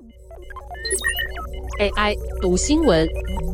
AI 读新闻，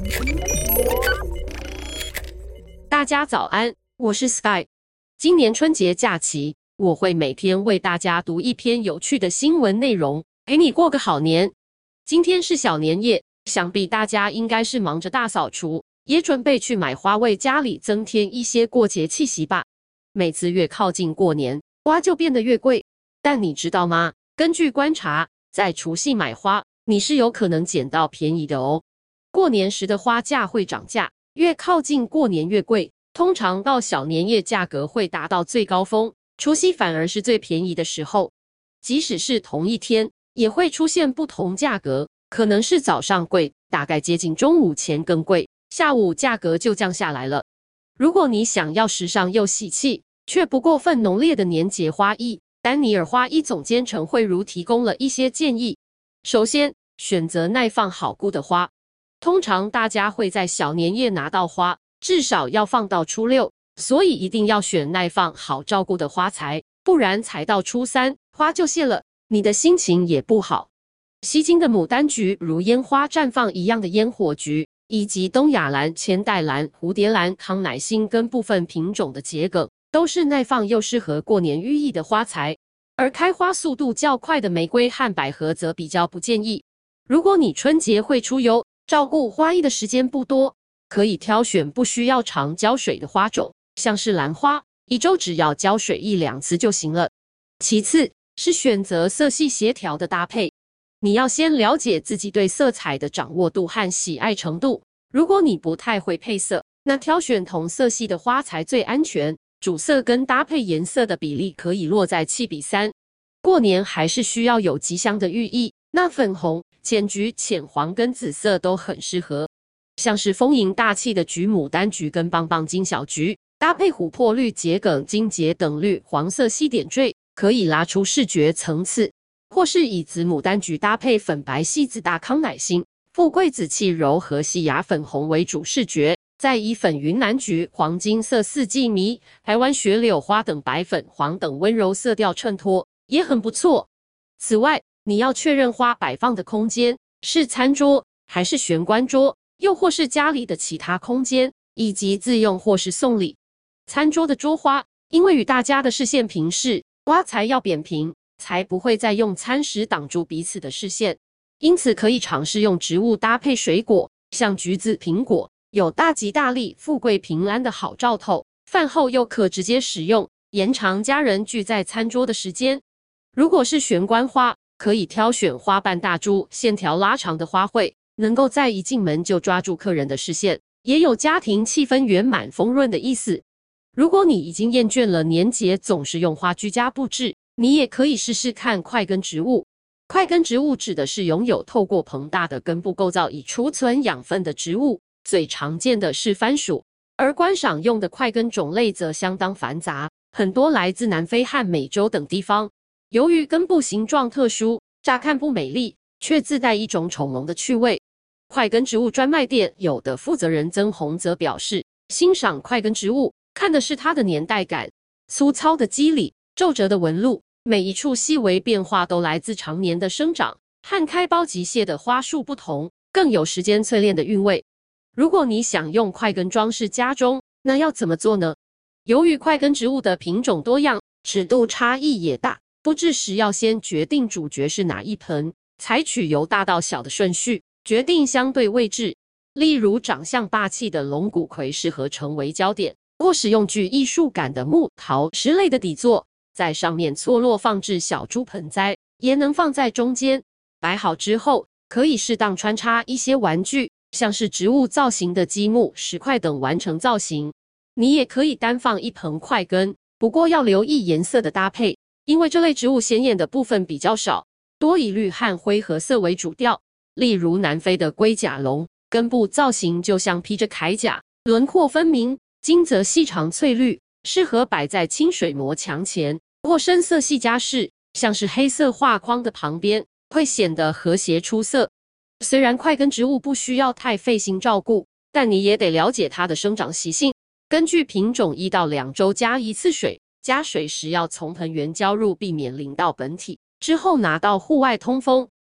大家早安，我是 Sky。今年春节假期，我会每天为大家读一篇有趣的新闻内容，陪你过个好年。今天是小年夜，想必大家应该是忙着大扫除，也准备去买花，为家里增添一些过节气息吧。每次越靠近过年，花就变得越贵。但你知道吗？根据观察，在除夕买花，你是有可能捡到便宜的哦。过年时的花价会涨价，越靠近过年越贵，通常到小年夜价格会达到最高峰，除夕反而是最便宜的时候。即使是同一天，也会出现不同价格，可能是早上贵，大概接近中午前更贵，下午价格就降下来了。如果你想要时尚又喜气，却不过分浓烈的年节花艺，丹尼尔花艺总监陈慧茹提供了一些建议。首先，选择耐放好估的花。通常大家会在小年夜拿到花，至少要放到初六，所以一定要选耐放好照顾的花材，不然才到初三，花就谢了，你的心情也不好。吸睛的牡丹菊如烟花绽放一样的烟火菊，以及东亚兰、千代兰、蝴蝶兰、康乃馨跟部分品种的桔梗，都是耐放又适合过年寓意的花材。而开花速度较快的玫瑰和百合则比较不建议。如果你春节会出游，照顾花艺的时间不多，可以挑选不需要常浇水的花种，像是兰花，一周只要浇水1-2次就行了。其次是选择色系协调的搭配，你要先了解自己对色彩的掌握度和喜爱程度。如果你不太会配色，那挑选同色系的花材最安全。主色跟搭配颜色的比例可以落在7:3。过年还是需要有吉祥的寓意，那粉红、浅橘、浅黄跟紫色都很适合。像是丰盈大气的橘牡丹橘跟棒棒金小橘，搭配琥珀绿、桔梗、金桔等绿黄色细点缀，可以拉出视觉层次。或是以紫牡丹橘搭配粉白细紫大康乃馨，富贵紫气柔和细芽粉红为主视觉。再以粉云南橘、黄金色四季迷、台湾雪柳花等白粉黄等温柔色调衬托，也很不错。此外，你要确认花摆放的空间是餐桌还是玄关桌，又或是家里的其他空间，以及自用或是送礼。餐桌的桌花，因为与大家的视线平视，花材要扁平，才不会在用餐时挡住彼此的视线。因此可以尝试用植物搭配水果，像橘子、苹果。有大吉大利、富贵平安的好兆头，饭后又可直接食用，延长家人聚在餐桌的时间。如果是玄关花，可以挑选花瓣大株、线条拉长的花卉，能够在一进门就抓住客人的视线，也有家庭气氛圆满丰润的意思。如果你已经厌倦了年节总是用花居家布置，你也可以试试看块根植物。块根植物指的是拥有透过膨大的根部构造以储存养分的植物。最常见的是番薯，而观赏用的块根种类则相当繁杂，很多来自南非和美洲等地方。由于根部形状特殊，乍看不美丽，却自带一种丑萌的趣味。块根植物专卖店有的负责人曾洪则表示，欣赏块根植物看的是它的年代感，粗糙的肌理、皱褶的纹路，每一处细微变化都来自常年的生长，和开苞即谢的花束不同，更有时间淬炼的韵味。如果你想用块根装饰家中，那要怎么做呢？由于块根植物的品种多样，尺度差异也大，布置时要先决定主角是哪一盆，采取由大到小的顺序，决定相对位置。例如长相霸气的龙骨葵适合成为焦点，或使用具艺术感的木桃石类的底座，在上面错落放置小株盆栽，也能放在中间。摆好之后，可以适当穿插一些玩具，像是植物造型的积木、石块等完成造型。你也可以单放一盆块根，不过要留意颜色的搭配，因为这类植物显眼的部分比较少，多以绿和灰褐色为主调。例如南非的龟甲龙，根部造型就像披着铠甲，轮廓分明，茎则细长翠绿，适合摆在清水膜墙前或深色系家饰，像是黑色画框的旁边，会显得和谐出色。虽然块根植物不需要太费心照顾，但你也得了解它的生长习性。根据品种1到2周加1次水，加水时要从盆缘浇入，避免淋到本体，之后拿到户外通风。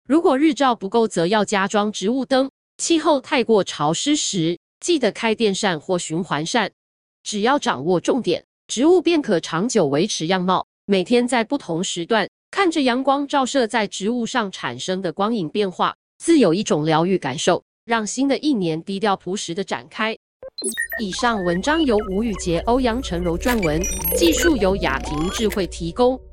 如果日照不够，则要加装植物灯。气候太过潮湿时，记得开电扇或循环扇。只要掌握重点，植物便可长久维持样貌。每天在不同时段，看着阳光照射在植物上产生的光影变化，自有一种疗愈感受，让新的一年低调朴实的展开。以上文章由吴宇杰、欧阳成柔撰文，技术由雅婷智慧提供。